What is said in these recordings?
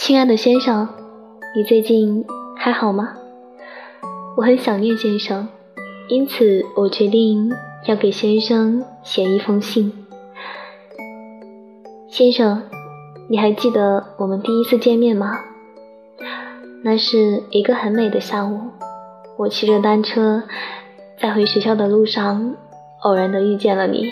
亲爱的先生，你最近还好吗？我很想念先生，因此我决定要给先生写一封信。先生，你还记得我们第一次见面吗？那是一个很美的下午，我骑着单车在回学校的路上，偶然地遇见了你。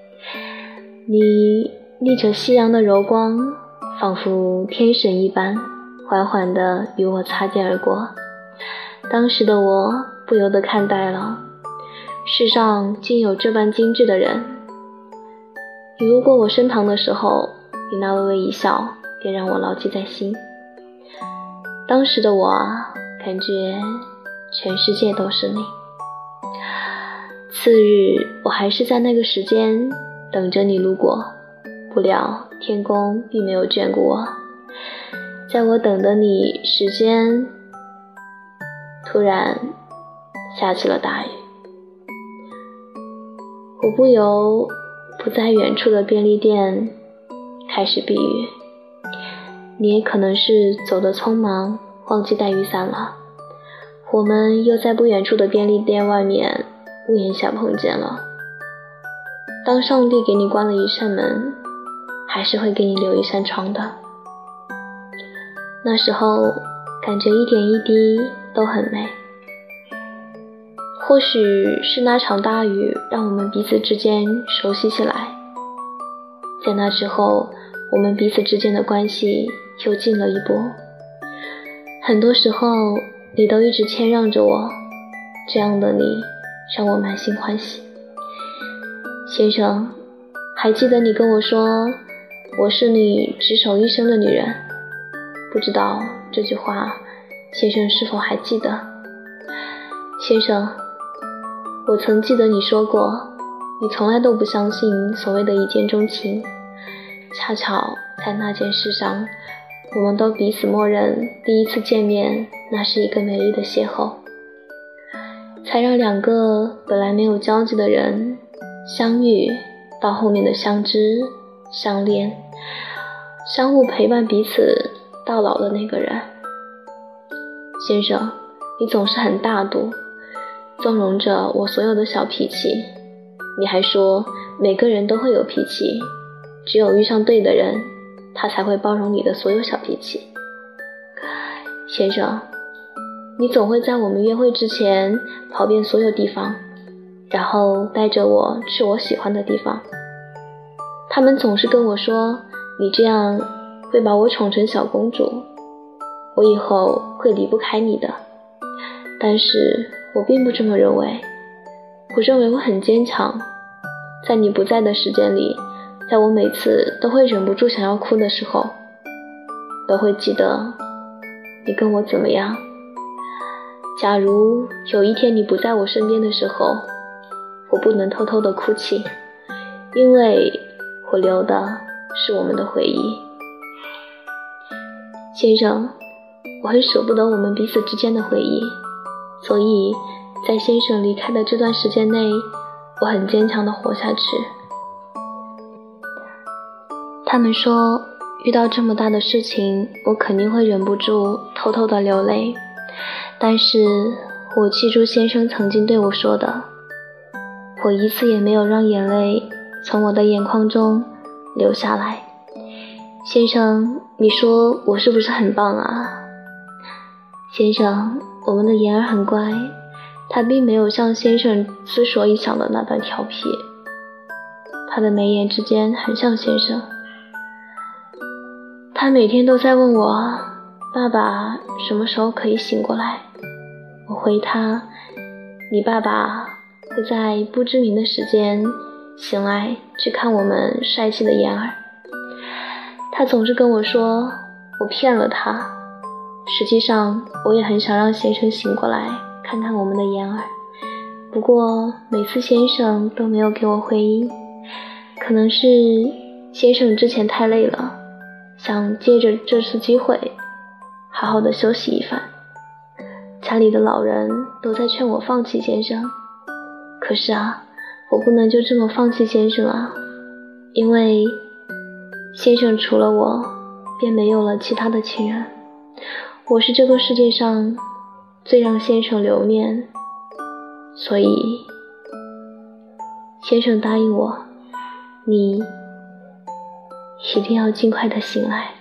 你逆着夕阳的柔光，仿佛天神一般，缓缓地与我擦肩而过。当时的我不由得看呆了，世上竟有这般精致的人。你路过我身旁的时候，你那微微一笑，便让我牢记在心。当时的我感觉全世界都是你。次日，我还是在那个时间等着你路过，不料天公并没有眷顾我。在我等的你时间，突然下起了大雨。我不由不在远处的便利店开始避雨。你也可能是走得匆忙，忘记带雨伞了。我们又在不远处的便利店外面屋檐下碰见了。当上帝给你关了一扇门，还是会给你留一扇窗的。那时候感觉一点一滴都很美。或许是那场大雨让我们彼此之间熟悉起来，在那之后我们彼此之间的关系又近了一步。很多时候你都一直谦让着我，这样的你让我满心欢喜。先生，还记得你跟我说我是你执手一生的女人，不知道这句话先生是否还记得？先生，我曾记得你说过，你从来都不相信所谓的一见钟情，恰巧在那件事上，我们都彼此默认第一次见面那是一个美丽的邂逅，才让两个本来没有交集的人相遇，到后面的相知相恋，相互陪伴彼此到老的那个人。先生，你总是很大度，纵容着我所有的小脾气。你还说每个人都会有脾气，只有遇上对的人，他才会包容你的所有小脾气。先生，你总会在我们约会之前跑遍所有地方，然后带着我去我喜欢的地方。他们总是跟我说，你这样会把我宠成小公主，我以后会离不开你的。但是我并不这么认为，我认为我很坚强。在你不在的时间里，在我每次都会忍不住想要哭的时候，都会记得你跟我怎么样。假如有一天你不在我身边的时候，我不能偷偷的哭泣，因为我留的是我们的回忆。先生，我很舍不得我们彼此之间的回忆，所以在先生离开的这段时间内，我很坚强地活下去。他们说遇到这么大的事情，我肯定会忍不住偷偷地流泪，但是我记住先生曾经对我说的，我一次也没有让眼泪从我的眼眶中流下来。先生，你说我是不是很棒啊？先生，我们的言儿很乖，他并没有像先生之所以想的那般调皮，他的眉眼之间很像先生。他每天都在问我，爸爸什么时候可以醒过来？我回他，你爸爸会在不知名的时间醒来去看我们帅气的言儿。他总是跟我说我骗了他，实际上我也很想让先生醒过来看看我们的言儿，不过每次先生都没有给我回音，可能是先生之前太累了，想借着这次机会好好的休息一番。家里的老人都在劝我放弃先生，可是我不能就这么放弃先生因为先生除了我便没有了其他的亲人。我是这个世界上最让先生留念，所以先生答应我，你一定要尽快的醒来。